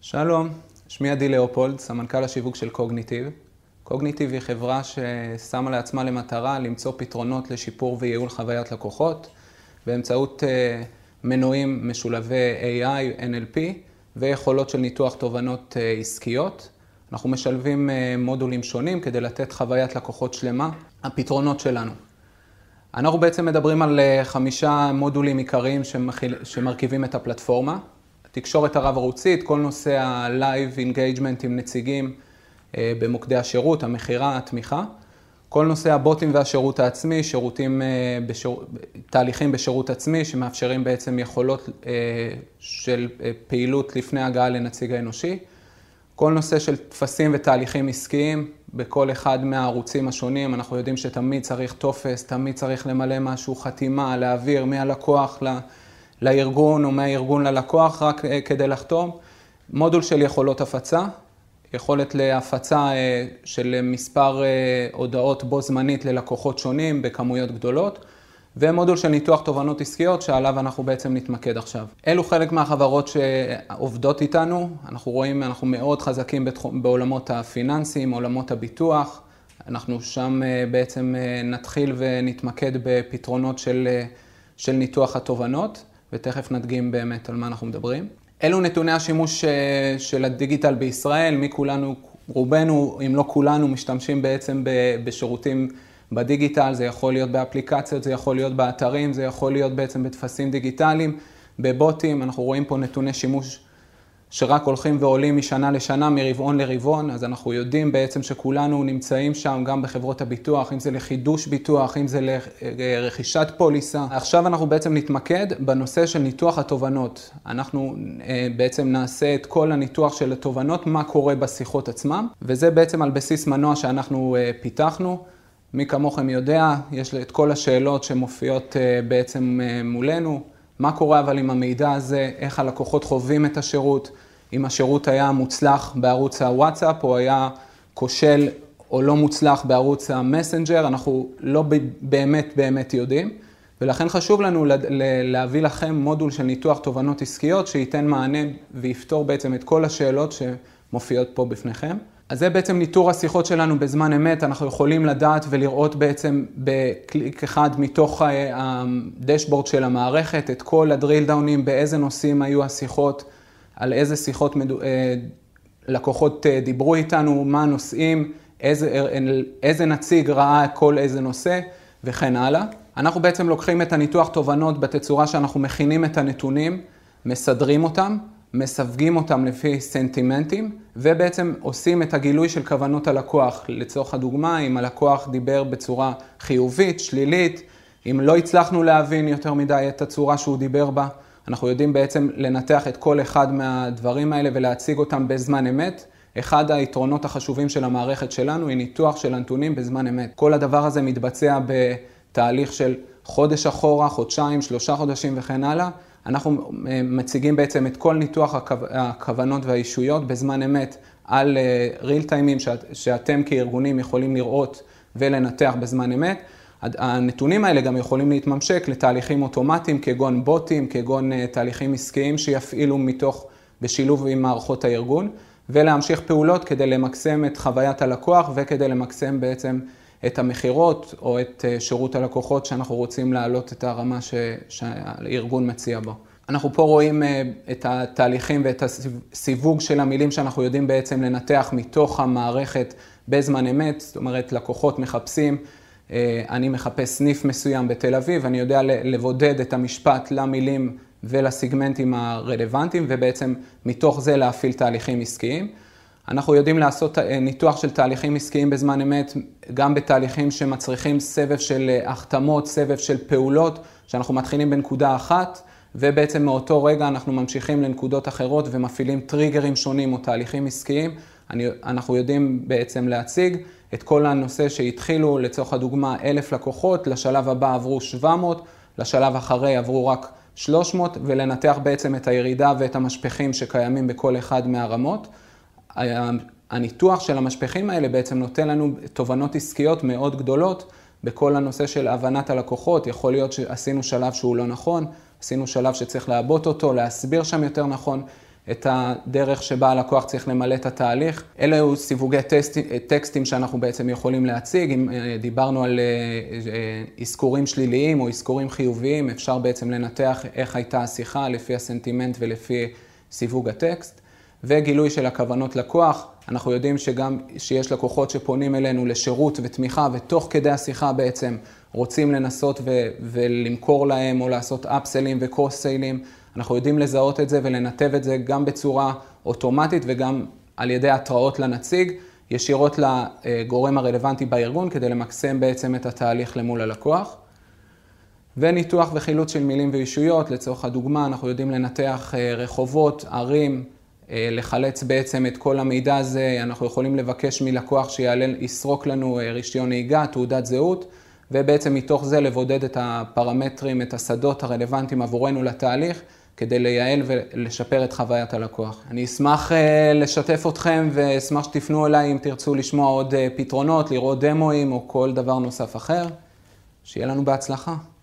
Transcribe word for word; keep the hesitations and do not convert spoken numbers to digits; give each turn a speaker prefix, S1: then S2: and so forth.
S1: שלום, שמי עדי לאופולד, סמנכ"ל השיווק של קוגניטיב. קוגניטיב היא חברה ששמה לעצמה למטרה למצוא פתרונות לשיפור וייעול חוויית לקוחות באמצעות מנועים משולבי איי איי, אן אל פי ויכולות של ניתוח תובנות עסקיות. אנחנו משלבים מודולים שונים כדי לתת חוויית לקוחות שלמה. הפתרונות שלנו. אנחנו בעצם מדברים על חמישה מודולים עיקריים שמרכיבים את הפלטפורמה. תקשורת הרב-ערוצית, כל נושא ה-Live Engagement עם נציגים במוקדי השירות, המחירה, התמיכה. כל נושא הבוטים והשירות העצמי, שירותים, בשיר... תהליכים בשירות עצמי שמאפשרים בעצם יכולות של פעילות לפני הגעה לנציג האנושי. כל נושא של תפסים ותהליכים עסקיים בכל אחד מהערוצים השונים. אנחנו יודעים שתמיד צריך טופס, תמיד צריך למלא משהו, חתימה, להעביר מהלקוח ל... לארגון או מהארגון ללקוח רק כדי לחתום. מודול של יכולות הפצה, יכולת להפצה של מספר הודעות בו זמנית ללקוחות שונים בכמויות גדולות, ומודול של ניתוח תובנות עסקיות שעליו אנחנו בעצם נתמקד עכשיו. אלו חלק מהחברות שעובדות איתנו, אנחנו רואים, אנחנו מאוד חזקים בעולמות הפיננסיים, עולמות הביטוח, אנחנו שם בעצם נתחיל ונתמקד בפתרונות של, של ניתוח התובנות, ותכף נדגים באמת על מה אנחנו מדברים. אלו נתוני השימוש של הדיגיטל בישראל, מי כולנו, רובנו, אם לא כולנו, משתמשים בעצם בשירותים בדיגיטל, זה יכול להיות באפליקציות, זה יכול להיות באתרים, זה יכול להיות בעצם בתפסים דיגיטליים, בבוטים, אנחנו רואים פה נתוני שימוש שרק הולכים ועולים משנה לשנה, מרבעון לרבעון, אז אנחנו יודעים בעצם שכולנו נמצאים שם גם בחברות הביטוח, אם זה לחידוש ביטוח, אם זה לרכישת פוליסה. עכשיו אנחנו בעצם נתמקד בנושא של ניתוח התובנות. אנחנו בעצם נעשה את כל הניתוח של התובנות, מה קורה בשיחות עצמם, וזה בעצם על בסיס מנוע שאנחנו פיתחנו. מי כמוכם יודע, יש את כל השאלות שמופיעות בעצם מולנו, מה קורה אבל עם המידע הזה, איך הלקוחות חווים את השירות, אם השירות היה מוצלח בערוץ הוואטסאפ או היה כושל או לא מוצלח בערוץ המסנג'ר, אנחנו לא באמת באמת יודעים, ולכן חשוב לנו להביא לכם מודול של ניתוח תובנות עסקיות שייתן מענה ויפתור בעצם את כל השאלות שמופיעות פה בפניכם. אז זה בעצם ניטור השיחות שלנו בזמן אמת, אנחנו יכולים לדעת ולראות בעצם בקליק אחד מתוך הדשבורד של המערכת, את כל הדריל דאונים, באיזה נושאים היו השיחות, על איזה שיחות מדו... לקוחות דיברו איתנו, מה הנושאים, איזה, איזה נציג ראה כל איזה נושא וכן הלאה. אנחנו בעצם לוקחים את הניתוח תובנות בתצורה שאנחנו מכינים את הנתונים, מסדרים אותם, מסווגים אותם לפי סנטימנטים, ובעצם עושים את הגילוי של כוונות הלקוח. לצורך הדוגמה, אם הלקוח דיבר בצורה חיובית, שלילית, אם לא הצלחנו להבין יותר מדי את הצורה שהוא דיבר בה, אנחנו יודעים בעצם לנתח את כל אחד מהדברים האלה ולהציג אותם בזמן אמת. אחד היתרונות החשובים של המערכת שלנו היא ניתוח של הנתונים בזמן אמת. כל הדבר הזה מתבצע בתהליך של חודש אחורה, חודשיים, שלושה חודשים וכן הלאה. אנחנו מציגים בעצם את כל ניתוח הכוונות והאישויות בזמן אמת על ריל טיימים שאתם כארגונים יכולים לראות ולנתח בזמן אמת. הנתונים האלה גם יכולים להתממשק לתהליכים אוטומטיים כגון בוטים, כגון תהליכים עסקיים שיפעילו מתוך בשילוב עם מערכות הארגון, ולהמשיך פעולות כדי למקסם את חוויית הלקוח וכדי למקסם בעצם את המחירות או את שירות הלקוחות שאנחנו רוצים להעלות את הרמה שהארגון מציע בו. אנחנו פה רואים את התהליכים ואת הסיווג של המילים שאנחנו יודעים בעצם לנתח מתוך המערכת בזמן אמת, זאת אומרת לקוחות מחפשים, אני מחפש סניף מסוים בתל אביב, אני יודע לבודד את המשפט למילים ולסגמנטים הרלוונטיים ובעצם מתוך זה להפעיל תהליכים עסקיים. אנחנו יודעים לעשות ניתוח של תהליכים עסקיים בזמן אמת, גם בתהליכים שמצריכים סבב של החתמות, סבב של פעולות, שאנחנו מתחילים בנקודה אחת, ובעצם מאותו רגע אנחנו ממשיכים לנקודות אחרות ומפעילים טריגרים שונים או תהליכים עסקיים. אנחנו יודעים בעצם להציג את כל הנושא שהתחילו, לצורך הדוגמה, אלף לקוחות, לשלב הבא עברו שבע מאות, לשלב אחרי עברו רק שלוש מאות, ולנתח בעצם את הירידה ואת המשפחים שקיימים בכל אחד מהרמות. הניתוח של המשפחים האלה בעצם נותן לנו תובנות עסקיות מאוד גדולות בכל הנושא של הבנת הלקוחות. יכול להיות שעשינו שלב שהוא לא נכון, עשינו שלב שצריך לעבות אותו, להסביר שם יותר נכון, את הדרך שבה הלקוח צריך למלא את התהליך. אלה היו סיווגי טקסטים שאנחנו בעצם יכולים להציג. אם דיברנו על אזכורים שליליים או אזכורים חיוביים, אפשר בעצם לנתח איך הייתה השיחה לפי הסנטימנט ולפי סיווג הטקסט. וגילוי של הכוונות לקוח. אנחנו יודעים שגם שיש לקוחות שפונים אלינו לשירות ותמיכה, ותוך כדי השיחה בעצם רוצים לנסות ו- ולמכור להם או לעשות אפסלים וקרוס-סיילים. אנחנו יודעים לזהות את זה ולנתב את זה גם בצורה אוטומטית וגם על ידי התראות לנציג, ישירות לגורם הרלוונטי בארגון כדי למקסם בעצם את התהליך למול הלקוח. וניתוח וחילוץ של מילים ואישויות, לצורך הדוגמה, אנחנו יודעים לנתח רחובות, ערים, לחלץ בעצם את כל המידע הזה, אנחנו יכולים לבקש מלקוח שיסרוק לנו רישיון נהיגה, תעודת זהות, ובעצם מתוך זה לבודד את הפרמטרים, את השדות הרלוונטיים עבורנו לתהליך, כדי לייעל ולשפר את חוויית הלקוח. אני אשמח לשתף אתכם ואשמח שתפנו אליי אם תרצו לשמוע עוד פתרונות, לראות דמוים או כל דבר נוסף אחר. שיהיה לנו בהצלחה.